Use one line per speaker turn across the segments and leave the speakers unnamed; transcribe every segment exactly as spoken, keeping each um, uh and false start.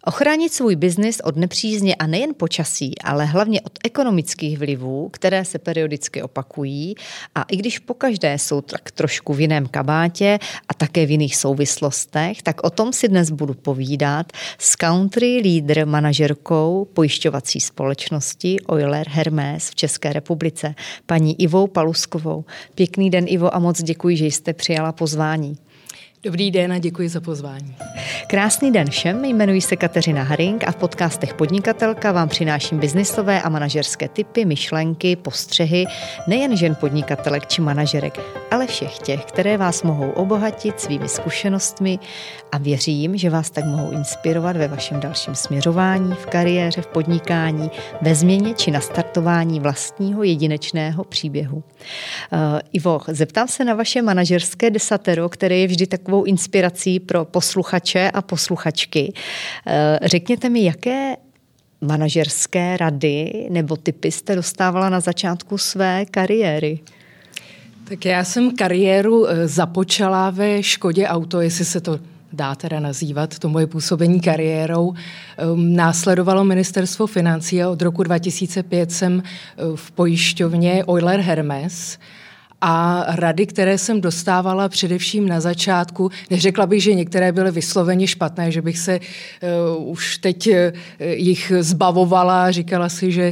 Ochránit svůj biznis od nepřízně a nejen počasí, ale hlavně od ekonomických vlivů, které se periodicky opakují a i když pokaždé jsou tak trošku v jiném kabátě a také v jiných souvislostech, tak o tom si dnes budu povídat s country leader manažerkou pojišťovací společnosti Euler Hermes v České republice, paní Ivou Paluskovou. Pěkný den, Ivo, a moc děkuji, že jste přijala pozvání.
Dobrý den a děkuji za pozvání.
Krásný den všem, jmenuji se Kateřina Haring a v podcastech Podnikatelka vám přináším biznisové a manažerské tipy, myšlenky, postřehy nejen žen podnikatelek či manažerek, ale všech těch, které vás mohou obohatit svými zkušenostmi a věřím, že vás tak mohou inspirovat ve vašem dalším směřování, v kariéře, v podnikání, ve změně či nastartování vlastního jedinečného příběhu. Uh, Ivo, zeptám se na vaše manažerské desatero, které je vždy takovou inspirací pro posluchače a posluchačky. Řekněte mi, jaké manažerské rady nebo tipy jste dostávala na začátku své kariéry?
Tak já jsem kariéru započala ve Škodě Auto, jestli se to dá teda nazývat, to moje působení kariérou. Následovalo ministerstvo financí a od roku dva tisíce pět jsem v pojišťovně Euler Hermes. A rady, které jsem dostávala především na začátku, neřekla bych, že některé byly vysloveně špatné, že bych se uh, už teď uh, jich zbavovala, říkala si, že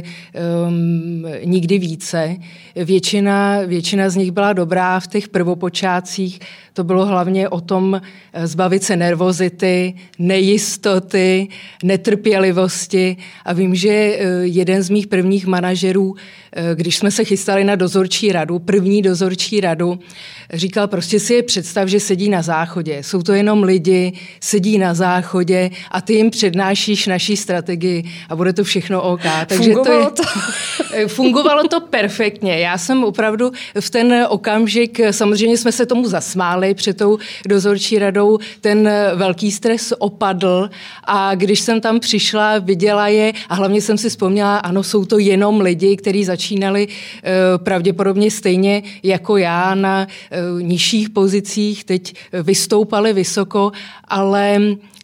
um, nikdy více. Většina, většina z nich byla dobrá v těch prvopočátcích. To bylo hlavně o tom zbavit se nervozity, nejistoty, netrpělivosti. A vím, že jeden z mých prvních manažerů, když jsme se chystali na dozorčí radu, první dozorčí radu, říkal, prostě si je představ, že sedí na záchodě. Jsou to jenom lidi, sedí na záchodě a ty jim přednášíš naší strategii a bude to všechno OK. Takže
fungovalo to?
Je, fungovalo to perfektně. Já jsem opravdu v ten okamžik, samozřejmě jsme se tomu zasmáli před tou dozorčí radou, ten velký stres opadl a když jsem tam přišla, viděla je a hlavně jsem si vzpomněla, ano, jsou to jenom lidi, kteří začínali uh, pravděpodobně stejně jako já na uh, nižších pozicích, teď vystoupali vysoko, ale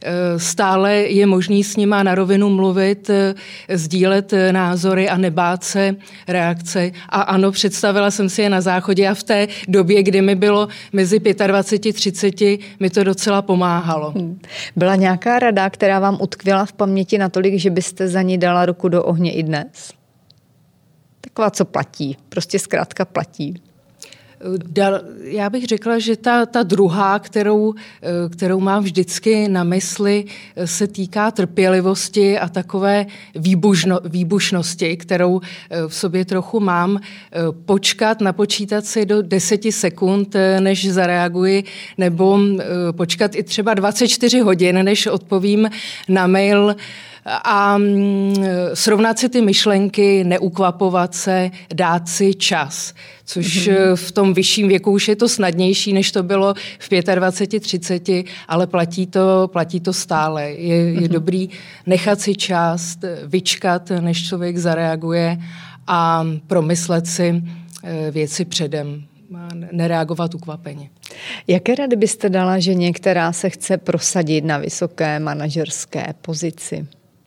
stále je možný s nima na rovinu mluvit, sdílet názory a nebát se reakce. A ano, představila jsem si je na záchodě a v té době, kdy mi bylo mezi dvacet pět a třicet, mi to docela pomáhalo.
Byla nějaká rada, která vám utkvěla v paměti natolik, že byste za ní dala ruku do ohně i dnes? Taková, co platí. Prostě zkrátka platí.
Já bych řekla, že ta, ta druhá, kterou, kterou mám vždycky na mysli, se týká trpělivosti a takové výbušno, výbušnosti, kterou v sobě trochu mám. Počkat, napočítat si do deseti sekund, než zareaguji, nebo počkat i třeba dvacet čtyři hodin, než odpovím na mail, a srovnat si ty myšlenky, neukvapovat se, dát si čas, což mm-hmm. v tom vyšším věku už je to snadnější, než to bylo v dvacet pět, třicet, ale platí to, platí to stále. Je, je mm-hmm. dobrý nechat si čas, vyčkat, než člověk zareaguje a promyslet si věci předem. Nereagovat ukvapeně.
Jaké rady byste dala ženě, která se chce prosadit na vysoké manažerské pozici?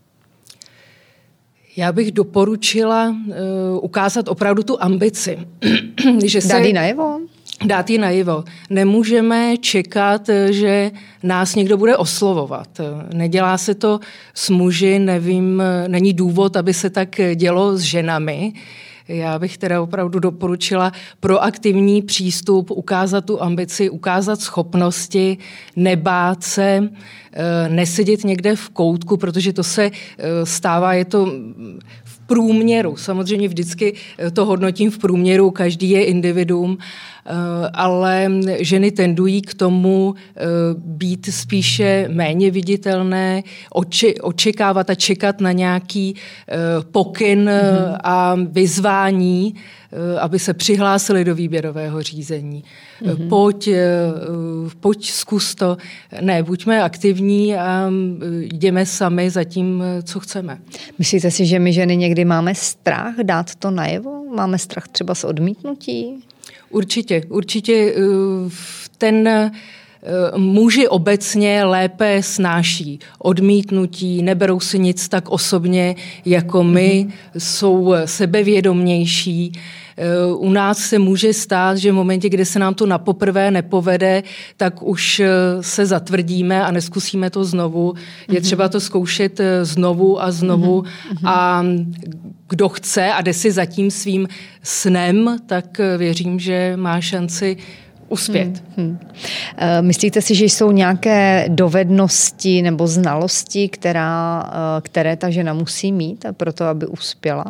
Já bych doporučila uh, ukázat opravdu tu ambici. že se,
dát ji najevo?
Dát ji najevo. Nemůžeme čekat, že nás někdo bude oslovovat. Nedělá se to s muži, nevím, není důvod, aby se tak dělo s ženami. Já bych teda opravdu doporučila proaktivní přístup, ukázat tu ambici, ukázat schopnosti, nebát se, nesedět někde v koutku, protože to se stává, je to v průměru. Samozřejmě vždycky to hodnotím v průměru, každý je individuum, ale ženy tendují k tomu být spíše méně viditelné, očekávat a čekat na nějaký pokyn mm-hmm. a vyzvání, aby se přihlásili do výběrového řízení. Mm-hmm. Pojď, pojď, zkus to. Ne, buďme aktivní a jdeme sami za tím, co chceme.
Myslíte si, že my ženy někdy máme strach dát to najevo? Máme strach třeba z odmítnutí?
Určitě, určitě ten muži obecně lépe snáší odmítnutí, neberou si nic tak osobně jako my, mm-hmm. jsou sebevědomější. U nás se může stát, že v momentě, kdy se nám to napoprvé nepovede, tak už se zatvrdíme a neskusíme to znovu. Je třeba to zkoušet znovu a znovu mm-hmm. a kdo chce a jde si za tím svým snem, tak věřím, že má šanci uspět. Hmm, hmm.
Myslíte si, že jsou nějaké dovednosti nebo znalosti, která, které ta žena musí mít pro to, aby uspěla?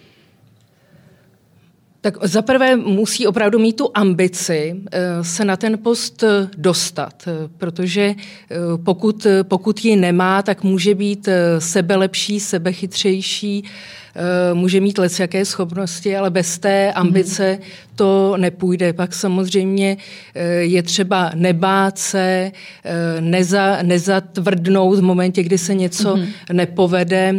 Tak zaprvé musí opravdu mít tu ambici se na ten post dostat, protože pokud, pokud ji nemá, tak může být sebelepší, sebechytřejší, může mít lecjaké schopnosti, ale bez té ambice to nepůjde. Pak samozřejmě je třeba nebát se, neza, nezatvrdnout v momentě, kdy se něco mm-hmm. nepovede,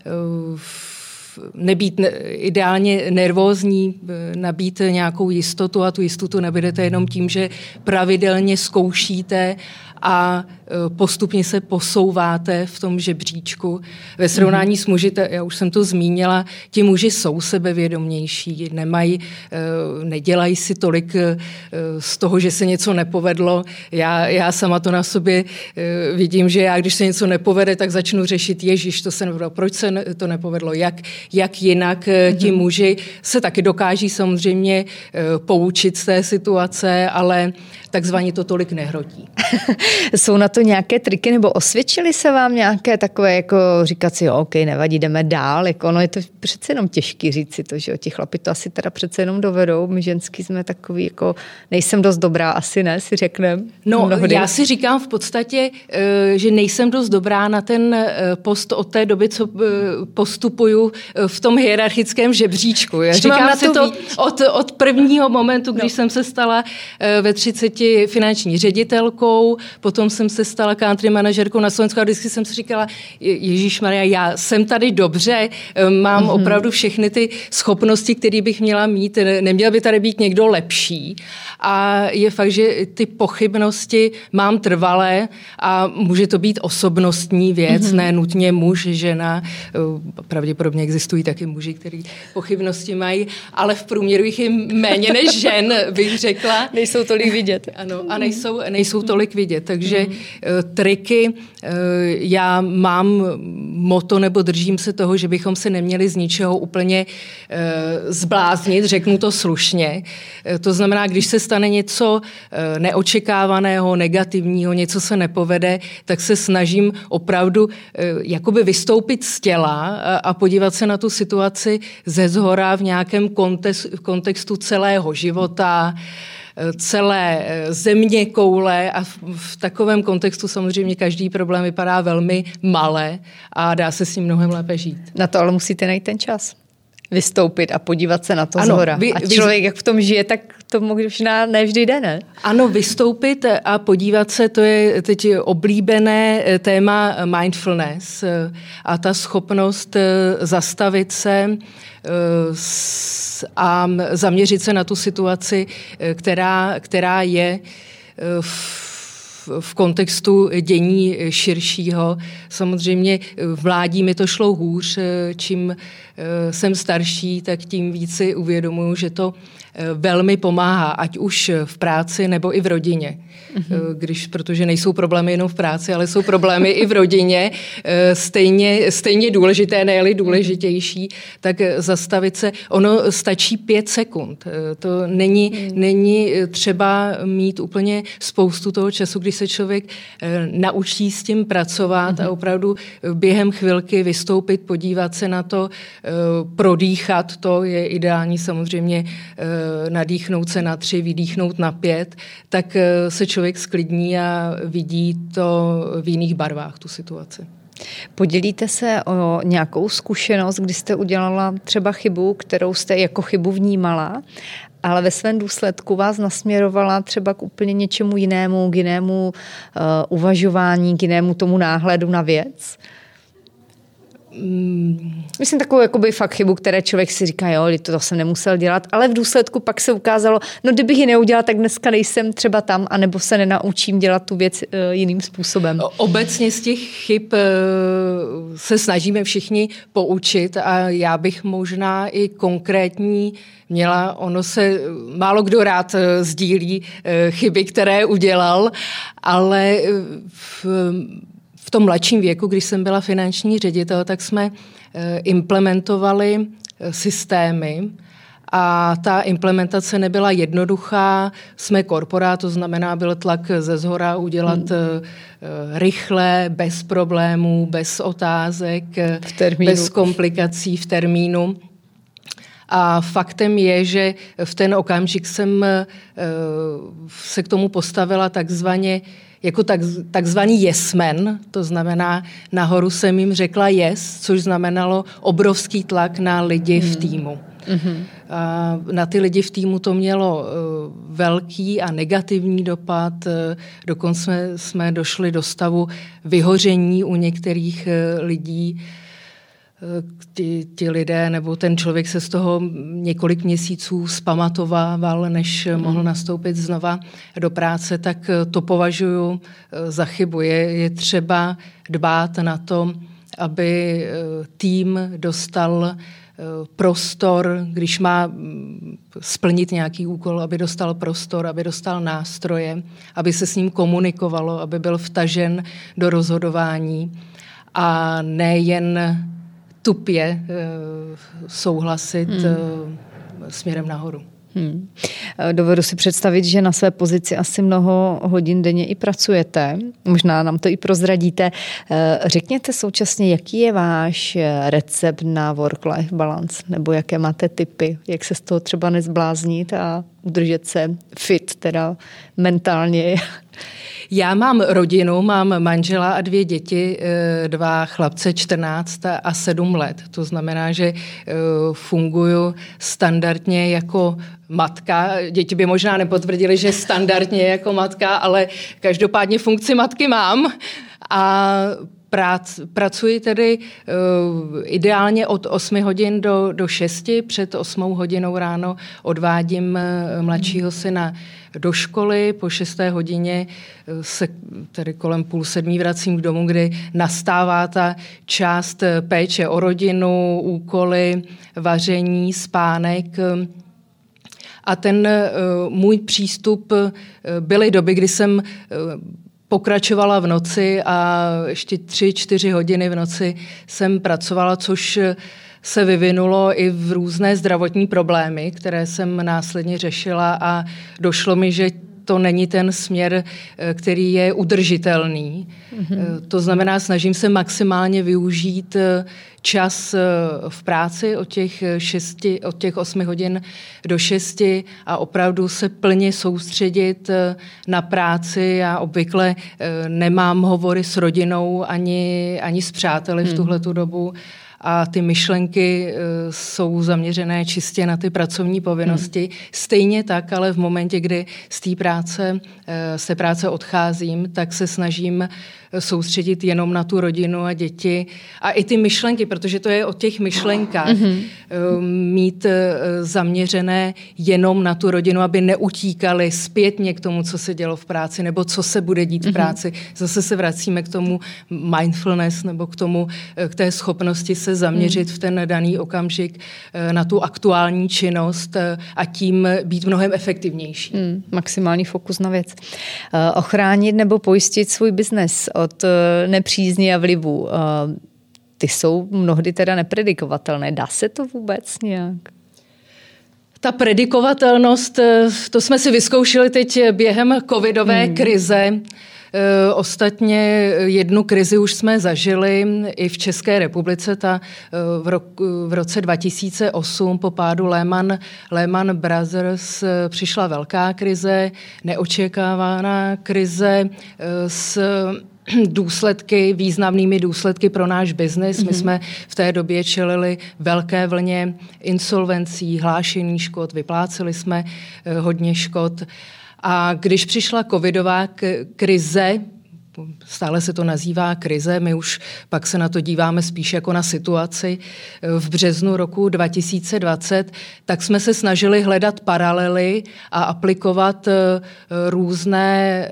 nebýt ideálně nervózní, nabít nějakou jistotu a tu jistotu nebudete jenom tím, že pravidelně zkoušíte a postupně se posouváte v tom žebříčku. Ve srovnání mm-hmm. s muži, já už jsem to zmínila, ti muži jsou sebevědomější, nemají, nedělají si tolik z toho, že se něco nepovedlo. Já, já sama to na sobě vidím, že já, když se něco nepovede, tak začnu řešit, ježiš, to se nepovedlo, proč se to nepovedlo, jak, jak jinak mm-hmm. ti muži se taky dokáží samozřejmě poučit z té situace, ale takzvaně to tolik nehrotí.
Jsou na to nějaké triky, nebo osvědčily se vám nějaké takové, jako říkat si, jo, ok, nevadí, jdeme dál, jako ono je to přece jenom těžký říct si to, že jo, ti chlapi to asi teda přece jenom dovedou, my ženský jsme takový, jako nejsem dost dobrá, asi ne, si řekneme.
No, mnohdy. Já si říkám v podstatě, že nejsem dost dobrá na ten post od té doby, co postupuju v tom hierarchickém žebříčku. Já říkám si to od, od prvního momentu, když no. jsem se stala ve třiceti finanční ředitelkou, potom jsem se stala country manažerkou na Slovensku a vždycky jsem si říkala, ježišmarja, já jsem tady dobře, mám mm-hmm. opravdu všechny ty schopnosti, které bych měla mít, neměl by tady být někdo lepší. A je fakt, že ty pochybnosti mám trvalé a může to být osobnostní věc, mm-hmm. ne nutně muž, žena, pravděpodobně existují taky muži, kteří pochybnosti mají, ale v průměru jich je méně než žen, bych řekla.
Nejsou tolik vidět.
Ano, a nejsou, nejsou tolik vidět, takže mm. triky, já mám moto nebo držím se toho, že bychom se neměli z ničeho úplně zbláznit, řeknu to slušně. To znamená, když se stane něco neočekávaného, negativního, něco se nepovede, tak se snažím opravdu jakoby vystoupit z těla a podívat se na tu situaci ze zhora v nějakém kontextu celého života, celé země koule a v, v takovém kontextu samozřejmě každý problém vypadá velmi malé a dá se s ním mnohem lépe žít.
Na to ale musíte najít ten čas. Vystoupit a podívat se na to ano, zhora. Vy, a člověk, vy... jak v tom žije, tak to možná ne vždy jde, ne?
Ano, vystoupit a podívat se, to je teď oblíbené téma mindfulness a ta schopnost zastavit se a zaměřit se na tu situaci, která, která je v v kontextu dění širšího. Samozřejmě v mládí mi to šlo hůř, čím jsem starší, tak tím víc si uvědomuji, že to velmi pomáhá, ať už v práci nebo i v rodině. Mm-hmm. Když, protože nejsou problémy jenom v práci, ale jsou problémy i v rodině, stejně, stejně důležité, ne-li důležitější, tak zastavit se. Ono stačí pět sekund. To není, mm. není třeba mít úplně spoustu toho času, když se člověk naučí s tím pracovat mm-hmm. a opravdu během chvilky vystoupit, podívat se na to, prodýchat, to je ideální samozřejmě nadýchnout se na tři, vydýchnout na pět, tak se člověk sklidní a vidí to v jiných barvách, tu situaci.
Podělíte se o nějakou zkušenost, kdy jste udělala třeba chybu, kterou jste jako chybu vnímala, ale ve svém důsledku vás nasměrovala třeba k úplně něčemu jinému, k jinému uh, uvažování, k jinému tomu náhledu na věc? Myslím takovou jakoby fakt chybu, které člověk si říká, jo, to jsem nemusel dělat, ale v důsledku pak se ukázalo, no kdybych ji neudělal, tak dneska nejsem třeba tam, anebo se nenaučím dělat tu věc uh, jiným způsobem.
Obecně z těch chyb uh, se snažíme všichni poučit a já bych možná i konkrétní měla, ono se málo kdo rád uh, sdílí uh, chyby, které udělal, ale uh, v V tom mladším věku, když jsem byla finanční ředitel, tak jsme implementovali systémy a ta implementace nebyla jednoduchá. Jsme korporát, to znamená, byl tlak ze zhora udělat hmm. rychle, bez problémů, bez otázek, bez komplikací v termínu. A faktem je, že v ten okamžik jsem se k tomu postavila takzvaně jako tak, takzvaný yes-man, to znamená, nahoru jsem jim řekla yes, což znamenalo obrovský tlak na lidi hmm. v týmu. Mm-hmm. A na ty lidi v týmu to mělo uh, velký a negativní dopad, uh, dokonce jsme, jsme došli do stavu vyhoření u některých uh, lidí. Ti, ti lidé nebo ten člověk se z toho několik měsíců zpamatovával, než mm. mohl nastoupit znova do práce, tak to považuji za chybu. Je, je třeba dbát na to, aby tým dostal prostor, když má splnit nějaký úkol, aby dostal prostor, aby dostal nástroje, aby se s ním komunikovalo, aby byl vtažen do rozhodování a nejen tupě souhlasit hmm. směrem nahoru.
Hmm. Dovedu si představit, že na své pozici asi mnoho hodin denně i pracujete. Možná nám to i prozradíte. Řekněte současně, jaký je váš recept na work-life balance, nebo jaké máte tipy, jak se z toho třeba nezbláznit a udržet se fit, teda mentálně.
Já mám rodinu, mám manžela a dvě děti, dva chlapce čtrnáct a sedm let. To znamená, že funguju standardně jako matka. Děti by možná nepotvrdily, že standardně jako matka, ale každopádně funkci matky mám a Prác, pracuji tedy uh, ideálně od osmi hodin do, do šesti. Před osmou hodinou ráno odvádím uh, mladšího syna do školy. Po šesté hodině uh, se tedy kolem půl sedmí vracím k domu, kdy nastává ta část péče o rodinu, úkoly, vaření, spánek. A ten uh, můj přístup uh, byly doby, kdy jsem uh, pokračovala v noci a ještě tři, čtyři hodiny v noci jsem pracovala, což se vyvinulo i v různé zdravotní problémy, které jsem následně řešila a došlo mi, že to není ten směr, který je udržitelný. Mm-hmm. To znamená, snažím se maximálně využít čas v práci od těch, šesti, od těch osmi hodin do šesti a opravdu se plně soustředit na práci. Já obvykle nemám hovory s rodinou ani, ani s přáteli v tuhletu dobu. A ty myšlenky uh, jsou zaměřené čistě na ty pracovní povinnosti. Hmm. Stejně tak, ale v momentě, kdy z té práce, uh, z té práce odcházím, tak se snažím soustředit jenom na tu rodinu a děti a i ty myšlenky, protože to je o těch myšlenkách, mm-hmm. mít zaměřené jenom na tu rodinu, aby neutíkali zpětně k tomu, co se dělo v práci nebo co se bude dít v práci. Mm-hmm. Zase se vracíme k tomu mindfulness nebo k tomu, k té schopnosti se zaměřit mm. v ten daný okamžik na tu aktuální činnost a tím být mnohem efektivnější.
Mm, maximální fokus na věc. Ochránit nebo pojistit svůj biznes od nepřízní a vlivů. Ty jsou mnohdy teda nepredikovatelné. Dá se to vůbec nějak?
Ta predikovatelnost, to jsme si vyzkoušeli teď během covidové hmm. krize. Ostatně jednu krizi už jsme zažili i v České republice. Ta v, roku, v roce dva tisíce osm po pádu Lehman, Lehman Brothers přišla velká krize, neočekávaná krize s důsledky, významnými důsledky pro náš biznis. My jsme v té době čelili velké vlně insolvencí, hlášení škod, vypláceli jsme hodně škod. A když přišla covidová krize, stále se to nazývá krize, my už pak se na to díváme spíš jako na situaci. V březnu roku dva tisíce dvacet, tak jsme se snažili hledat paralely a aplikovat různé,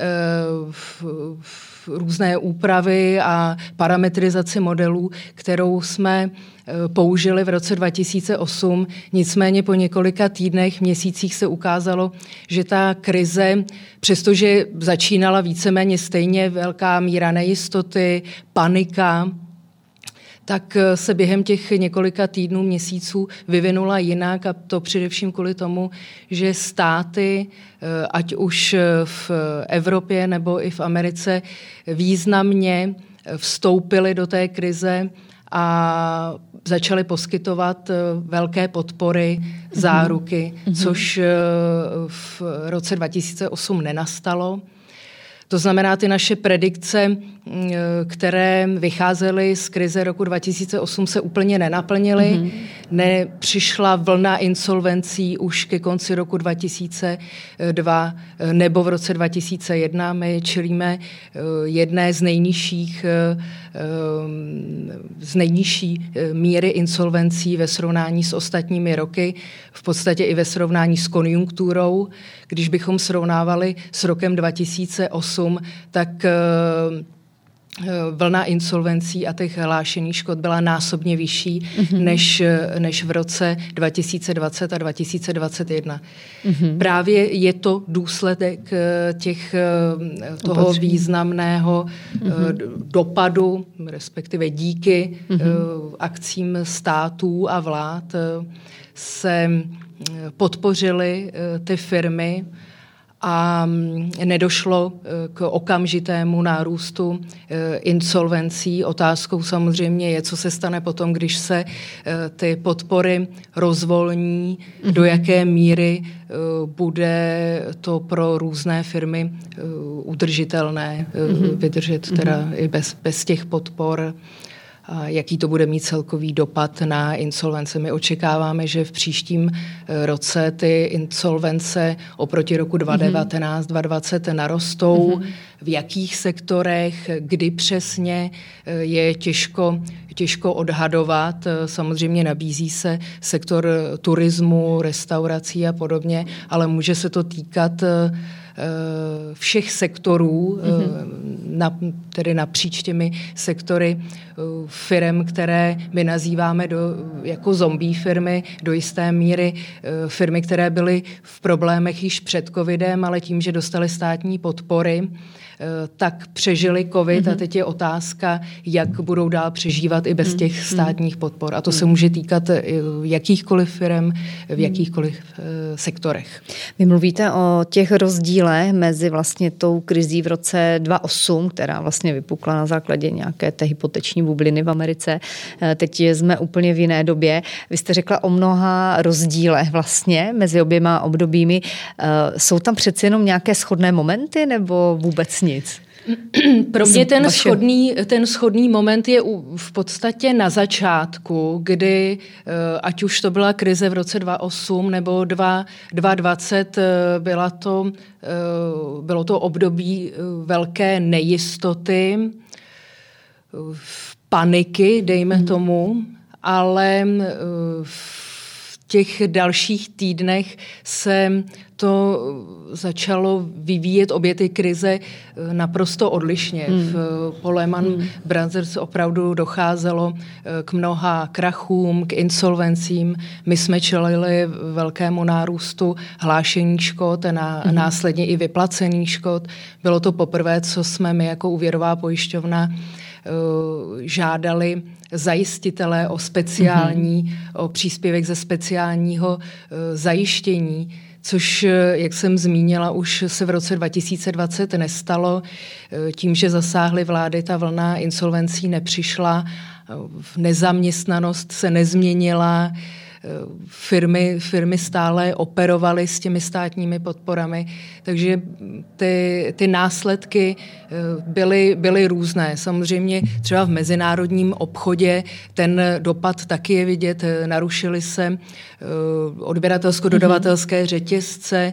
různé úpravy a parametrizaci modelů, kterou jsme použili v roce dva tisíce osm. Nicméně po několika týdnech, měsících se ukázalo, že ta krize, přestože začínala víceméně stejně velká míra nejistoty, panika, tak se během těch několika týdnů, měsíců vyvinula jinak, a to především kvůli tomu, že státy, ať už v Evropě nebo i v Americe, významně vstoupily do té krize a začaly poskytovat velké podpory, záruky, mm-hmm. což v roce dva tisíce osm nenastalo. To znamená, ty naše predikce, které vycházely z krize roku dva tisíce osm, se úplně nenaplnily. Mm-hmm. Nepřišla vlna insolvencí už ke konci roku dva tisíce dva nebo v roce dva tisíce jedna. My čelíme jedné z nejnižších, z nejnižší míry insolvencí ve srovnání s ostatními roky, v podstatě i ve srovnání s konjunkturou. Když bychom srovnávali s rokem dva tisíce osm, tak vlna insolvencí a těch hlášených škod byla násobně vyšší mm-hmm. než, než v roce dva tisíce dvacet a dva tisíce dvacet jedna. Mm-hmm. Právě je to důsledek těch, toho Opatření. významného mm-hmm. dopadu, respektive díky mm-hmm. akcím států a vlád se podpořily ty firmy a nedošlo k okamžitému nárůstu insolvencí. Otázkou samozřejmě je, co se stane potom, když se ty podpory rozvolní, mm-hmm. do jaké míry bude to pro různé firmy udržitelné mm-hmm. vydržet teda mm-hmm. i bez, bez těch podpor. A jaký to bude mít celkový dopad na insolvence. My očekáváme, že v příštím roce ty insolvence oproti roku dva tisíce devatenáct dva tisíce dvacet narostou. Mm-hmm. V jakých sektorech, kdy přesně, je těžko, těžko odhadovat. Samozřejmě nabízí se sektor turismu, restaurací a podobně, ale může se to týkat všech sektorů, mm-hmm. na, tedy napříč těmi sektory firem, které my nazýváme do, jako zombie firmy, do jisté míry firmy, které byly v problémech již před covidem, ale tím, že dostaly státní podpory, tak přežili covid mm-hmm. a teď je otázka, jak budou dál přežívat i bez mm-hmm. těch státních podpor. A to mm-hmm. se může týkat jakýchkoliv firem v jakýchkoliv mm-hmm. sektorech.
Vy mluvíte o těch rozdílech mezi vlastně tou krizí v roce dva tisíce osm, která vlastně vypukla na základě nějaké té hypoteční bubliny v Americe. Teď jsme úplně v jiné době. Vy jste řekla o mnoha rozdílech vlastně mezi oběma obdobími. Jsou tam přeci jenom nějaké shodné momenty nebo vůbec nic?
Pro mě ten shodný, ten shodný moment je v podstatě na začátku, kdy ať už to byla krize v roce dva tisíce osm nebo dva tisíce dvacet, byla to, bylo to období velké nejistoty, paniky, dejme tomu, ale v těch dalších týdnech se to začalo vyvíjet, obě ty krize naprosto odlišně. Hmm. V po Lehman hmm. Brothers opravdu docházelo k mnoha krachům, k insolvencím. My jsme čelili velkému nárůstu hlášení škod a na, hmm. následně i vyplacených škod. Bylo to poprvé, co jsme my jako úvěrová pojišťovna žádali zajistitelé o speciální, mm-hmm. o příspěvek ze speciálního zajištění, což, jak jsem zmínila, už se v roce dva tisíce dvacet nestalo. Tím, že zasáhly vlády, ta vlna insolvencí nepřišla, nezaměstnanost se nezměnila, Firmy, firmy stále operovaly s těmi státními podporami, takže ty, ty následky byly, byly různé. Samozřejmě třeba v mezinárodním obchodě ten dopad taky je vidět, narušily se odběratelsko-dodavatelské řetězce,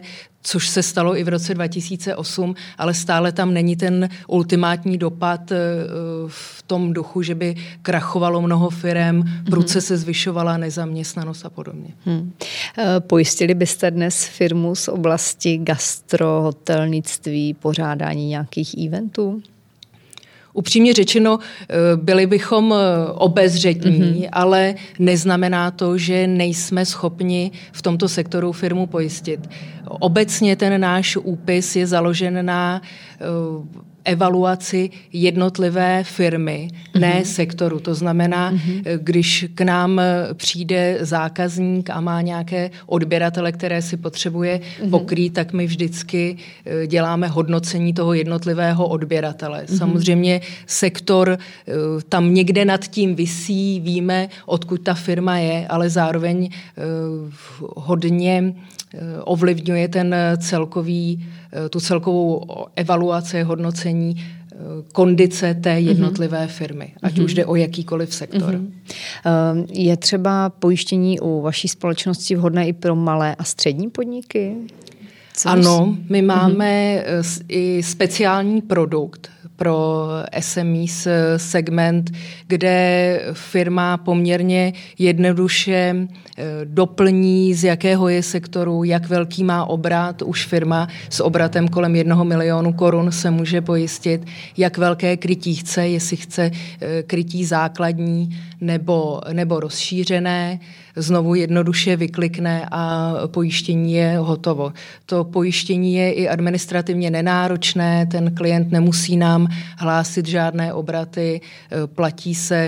což se stalo i v roce dva tisíce osm, ale stále tam není ten ultimátní dopad v tom duchu, že by krachovalo mnoho firem, prudce se zvyšovala nezaměstnanost a podobně.
Hmm. Pojistili byste dnes firmu z oblasti gastro, hotelnictví, pořádání nějakých eventů?
Upřímně řečeno, byli bychom obezřetní, mm-hmm. ale neznamená to, že nejsme schopni v tomto sektoru firmu pojistit. Obecně ten náš úpis je založen na evaluaci jednotlivé firmy, mm-hmm. ne sektoru. To znamená, mm-hmm. když k nám přijde zákazník a má nějaké odběratele, které si potřebuje mm-hmm. pokrýt, tak my vždycky děláme hodnocení toho jednotlivého odběratele. Mm-hmm. Samozřejmě sektor tam někde nad tím visí, víme, odkud ta firma je, ale zároveň hodně ovlivňuje ten celkový, tu celkovou evaluaci, hodnocení kondice té jednotlivé firmy, ať mm-hmm. už jde o jakýkoliv sektor.
Mm-hmm. Je třeba pojištění u vaší společnosti vhodné i pro malé a střední podniky?
Co ano, my máme mm-hmm. i speciální produkt pro S M Es segment, kde firma poměrně jednoduše doplní, z jakého je sektoru, jak velký má obrat. Už firma s obratem kolem jednoho milionu korun se může pojistit, jak velké krytí chce, jestli chce krytí základní nebo, nebo rozšířené. Znovu jednoduše vyklikne a pojištění je hotovo. To pojištění je i administrativně nenáročné, ten klient nemusí nám hlásit žádné obraty, platí se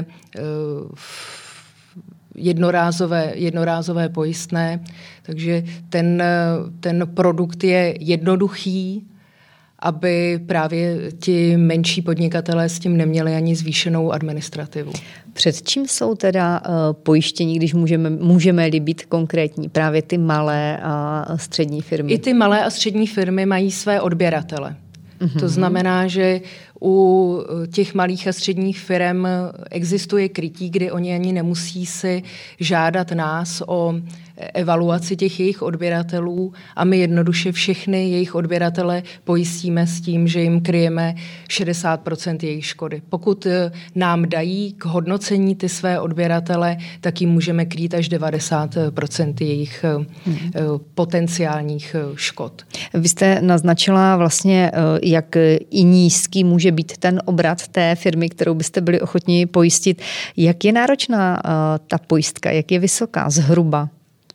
jednorázové, jednorázové pojistné, takže ten, ten produkt je jednoduchý, aby právě ti menší podnikatelé s tím neměli ani zvýšenou administrativu.
Před čím jsou teda uh, pojištění, když můžeme, můžeme-li být konkrétní, právě ty malé a střední firmy?
I ty malé a střední firmy mají své odběratele. Mm-hmm. To znamená, že u těch malých a středních firm existuje krytí, kdy oni ani nemusí si žádat nás o evaluaci těch jejich odběratelů a my jednoduše všechny jejich odběratele pojistíme s tím, že jim kryjeme šedesát procent jejich škody. Pokud nám dají k hodnocení ty své odběratele, tak jim můžeme krýt až devadesát procent jejich hmm. potenciálních škod.
Vy jste naznačila vlastně, jak i nízký může být ten obrat té firmy, kterou byste byli ochotni pojistit. Jak je náročná ta pojistka? Jak je vysoká zhruba?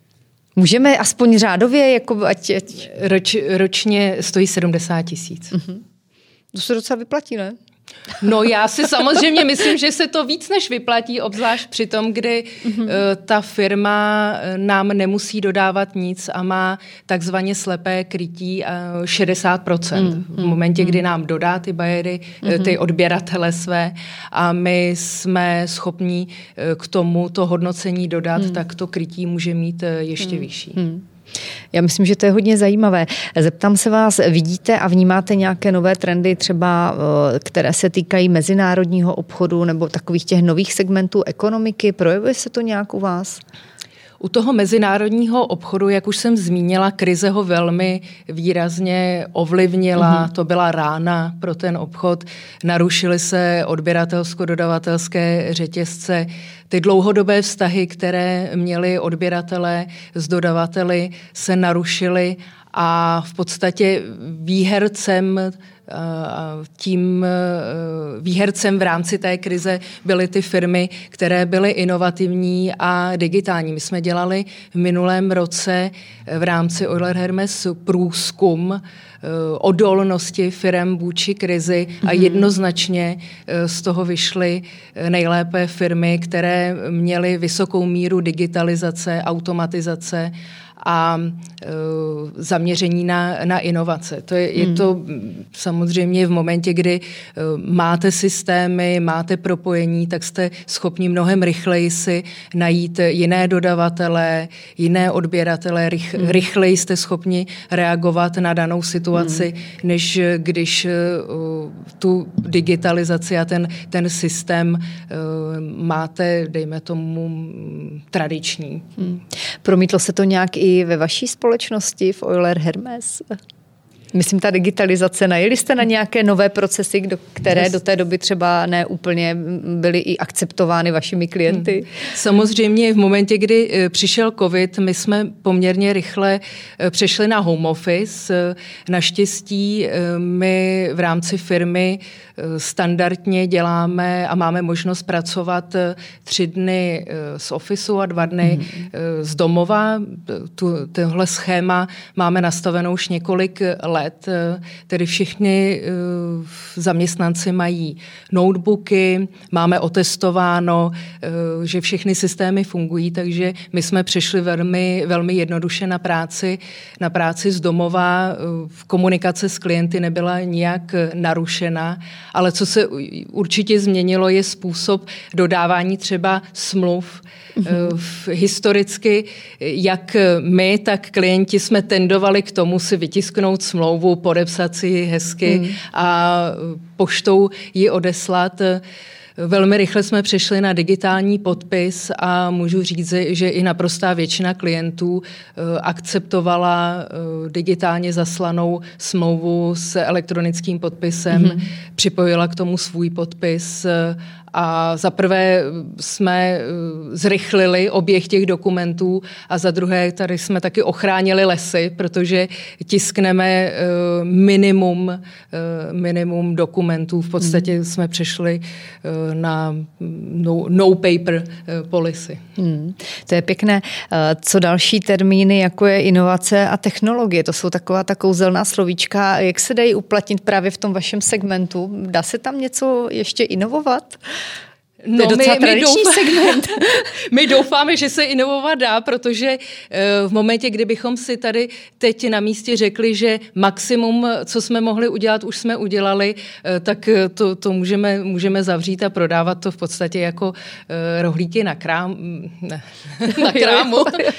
Můžeme aspoň řádově, jako ať... ať...
Roč, ročně stojí sedmdesát tisíc.
Uh-huh. To se docela vyplatí, ne?
No já si samozřejmě myslím, že se to víc než vyplatí, obzvlášť při tom, kdy uh-huh. uh, ta firma nám nemusí dodávat nic a má takzvaně slepé krytí uh, šedesát procent. Uh-huh. V momentě, kdy nám dodá ty bajery, uh-huh. ty odběratele své a my jsme schopni uh, k tomu to hodnocení dodat, uh-huh. tak to krytí může mít uh, ještě uh-huh. vyšší. Uh-huh.
Já myslím, že to je hodně zajímavé. Zeptám se vás, vidíte a vnímáte nějaké nové trendy, třeba které se týkají mezinárodního obchodu nebo takových těch nových segmentů ekonomiky? Projevuje se to nějak u vás?
U toho mezinárodního obchodu, jak už jsem zmínila, krize ho velmi výrazně ovlivnila. Mm-hmm. To byla rána pro ten obchod. Narušily se odběratelsko-dodavatelské řetězce. Ty dlouhodobé vztahy, které měli odběratelé s dodavateli, se narušily a v podstatě výhercem tím výhercem v rámci té krize byly ty firmy, které byly inovativní a digitální. My jsme dělali v minulém roce v rámci Euler Hermes průzkum odolnosti firem vůči krizi a jednoznačně z toho vyšly nejlépe firmy, které měly vysokou míru digitalizace, automatizace a e, zaměření na, na inovace. To je, hmm. je to samozřejmě v momentě, kdy e, máte systémy, máte propojení, tak jste schopni mnohem rychleji si najít jiné dodavatele, jiné odběratele, rych, hmm. rychleji jste schopni reagovat na danou situaci, hmm. než když e, tu digitalizaci a ten, ten systém e, máte, dejme tomu, tradiční.
Hmm. Promítlo se to nějak i i ve vaší společnosti v Euler Hermes? Myslím, ta digitalizace, najeli jste na nějaké nové procesy, které do té doby třeba ne úplně byly i akceptovány vašimi klienty?
Samozřejmě v momentě, kdy přišel covid, my jsme poměrně rychle přešli na home office. Naštěstí my v rámci firmy standardně děláme a máme možnost pracovat tři dny z ofisu a dva dny mm. z domova. Tu, tohle schéma máme nastavenou už několik let. Tedy všichni zaměstnanci mají notebooky, máme otestováno, že všechny systémy fungují, takže my jsme přešli velmi, velmi jednoduše na práci, na práci z domova. Komunikace s klienty nebyla nijak narušena, ale co se určitě změnilo, je způsob dodávání třeba smluv. Mm-hmm. Historicky, jak my, tak klienti jsme tendovali k tomu si vytisknout smlouvu, podepsat si hezky mm. a poštou ji odeslat. Velmi rychle jsme přešli na digitální podpis a můžu říct, že i naprostá většina klientů akceptovala digitálně zaslanou smlouvu s elektronickým podpisem, mm-hmm. připojila k tomu svůj podpis a za prvé jsme zrychlili oběh těch dokumentů a za druhé tady jsme taky ochránili lesy, protože tiskneme minimum, minimum dokumentů. V podstatě hmm. jsme přešli na no, no paper policy.
Hmm. To je pěkné. Co další termíny, jako je inovace a technologie? To jsou taková ta kouzelná slovíčka. Jak se dají uplatnit právě v tom vašem segmentu? Dá se tam něco ještě inovovat?
No,
to je docela
my, my, doufá,
segment.
my doufáme, že se inovovat dá, protože v momentě, kdybychom si tady teď na místě řekli, že maximum, co jsme mohli udělat, už jsme udělali, tak to, to můžeme, můžeme zavřít a prodávat to v podstatě jako rohlíky na, krám, ne, na krámu,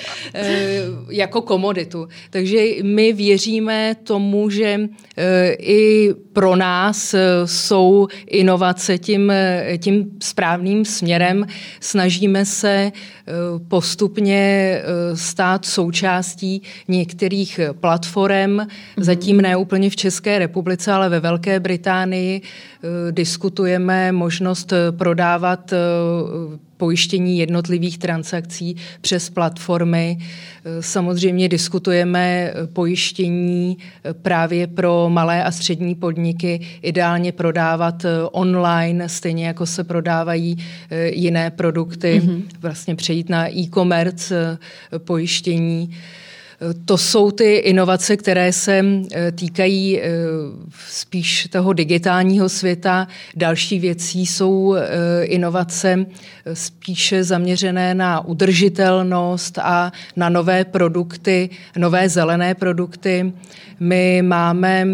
jako komoditu. Takže my věříme tomu, že i pro nás jsou inovace tím, tím správným směrem. Snažíme se postupně stát součástí některých platform, mm-hmm. zatím ne úplně v České republice, ale ve Velké Británii diskutujeme možnost prodávat pojištění jednotlivých transakcí přes platformy. Samozřejmě diskutujeme pojištění právě pro malé a střední podniky, ideálně prodávat online, stejně jako se prodávají jiné produkty, mm-hmm. vlastně přejít na e-commerce pojištění. To jsou ty inovace, které se týkají spíš toho digitálního světa. Další věcí jsou inovace spíše zaměřené na udržitelnost a na nové produkty, nové zelené produkty. My máme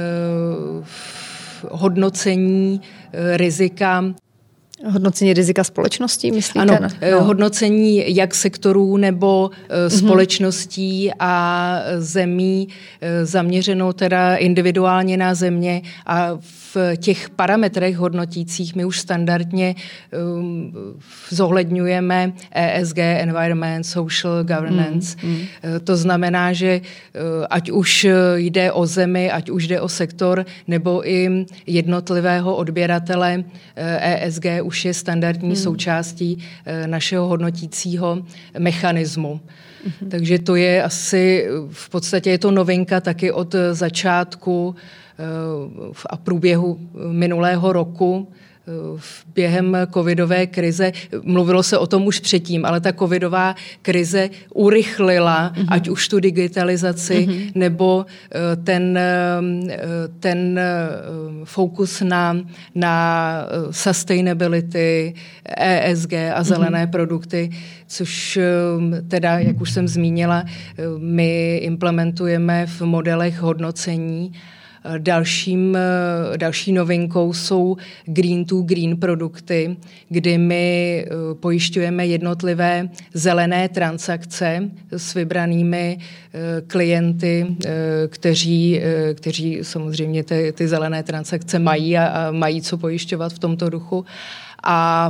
hodnocení rizika.
Hodnocení rizika společností, myslíte?
Ano,
no.
hodnocení jak sektorů nebo uh, společností a zemí uh, zaměřenou teda individuálně na země a v těch parametrech hodnotících my už standardně um, zohledňujeme E S G, Environment, Social Governance. Mm, mm. Uh, to znamená, že uh, ať už jde o zemi, ať už jde o sektor nebo i jednotlivého odběratele, uh, E S G už je standardní hmm. součástí našeho hodnotícího mechanismu. Hmm. Takže to je asi, v podstatě je to novinka taky od začátku a průběhu minulého roku. Během covidové krize, mluvilo se o tom už předtím, ale ta covidová krize urychlila, mm-hmm. ať už tu digitalizaci, mm-hmm. nebo ten, ten fokus na, na sustainability, E S G a zelené mm-hmm. produkty, což teda, jak už jsem zmínila, my implementujeme v modelech hodnocení. Dalším, další novinkou jsou green to green produkty, kdy my pojišťujeme jednotlivé zelené transakce s vybranými klienty, kteří, kteří samozřejmě ty, ty zelené transakce mají a, a mají co pojišťovat v tomto duchu. A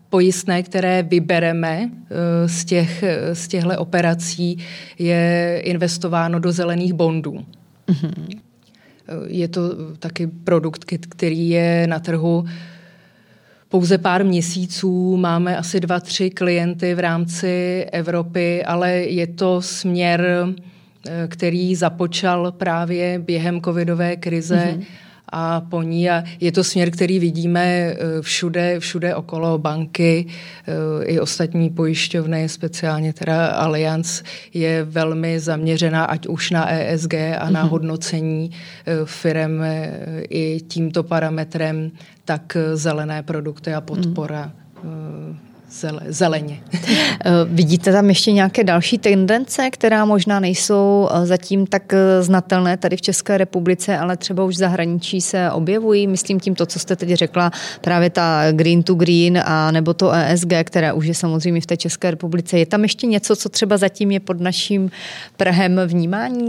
pojistné, které vybereme z těch, z těchto operací, je investováno do zelených bondů. Mm-hmm. Je to taky produkt, který je na trhu pouze pár měsíců, máme asi dva, tři klienty v rámci Evropy, ale je to směr, který započal právě během covidové krize mm-hmm. a po ní. A je to směr, který vidíme všude, všude okolo banky i ostatní pojišťovny, speciálně teda Allianz je velmi zaměřená ať už na E S G a na mm-hmm. hodnocení firem i tímto parametrem, tak zelené produkty a podpora mm. zeleně.
Vidíte tam ještě nějaké další tendence, která možná nejsou zatím tak znatelné tady v České republice, ale třeba už v zahraničí se objevují? Myslím tím to, co jste teď řekla, právě ta green to green a nebo to E S G, které už je samozřejmě v té České republice. Je tam ještě něco, co třeba zatím je pod naším prahem vnímání?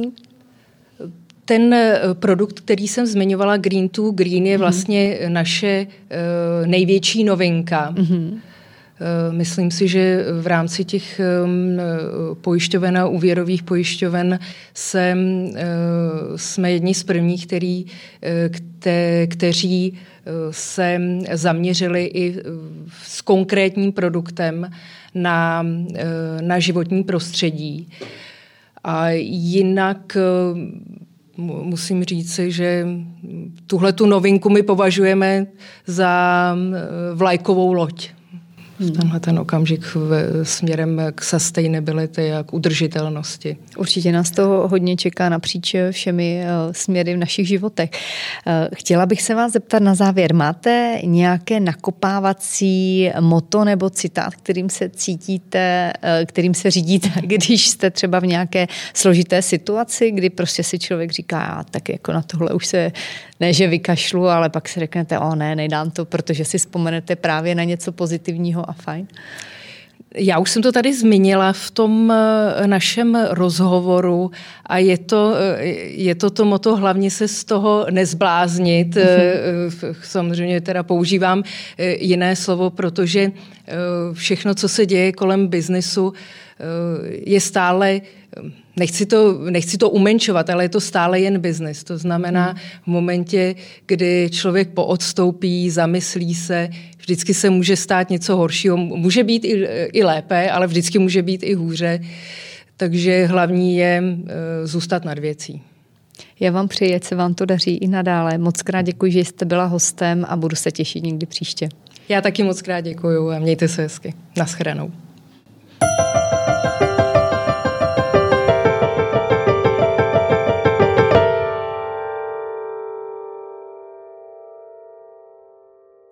Ten produkt, který jsem zmiňovala, Green to Green, je vlastně mm-hmm. naše uh, největší novinka. Mm-hmm. Myslím si, že v rámci těch pojišťoven a úvěrových pojišťoven se, jsme jedni z prvních, který, kte, kteří se zaměřili i s konkrétním produktem na, na životní prostředí. A jinak musím říci, že tuhletu novinku my považujeme za vlajkovou loď. V tenhle ten okamžik v, směrem k sustainability a k udržitelnosti.
Určitě nás to hodně čeká napříč všemi uh, směry v našich životech. Uh, chtěla bych se vás zeptat na závěr. Máte nějaké nakopávací motto nebo citát, kterým se cítíte, uh, kterým se řídíte, když jste třeba v nějaké složité situaci, kdy prostě si člověk říká, tak jako na tohle už se ne, že vykašlu, ale pak si řeknete, o ne, nejdám to, protože si vzpomenete právě na něco pozitivního a fajn.
Já už jsem to tady zmínila v tom našem rozhovoru a je to, je to to motto hlavně se z toho nezbláznit. Mm-hmm. Samozřejmě teda používám jiné slovo, protože všechno, co se děje kolem biznesu, je stále, nechci to, nechci to umenšovat, ale je to stále jen biznis. To znamená v momentě, kdy člověk poodstoupí, zamyslí se, vždycky se může stát něco horšího. Může být i, i lépe, ale vždycky může být i hůře. Takže hlavní je zůstat nad věcí.
Já vám přeji, ať se vám to daří i nadále. Moc krát děkuji, že jste byla hostem a budu se těšit někdy příště.
Já taky moc krát děkuju a mějte se hezky. Naschledanou.
Thank you.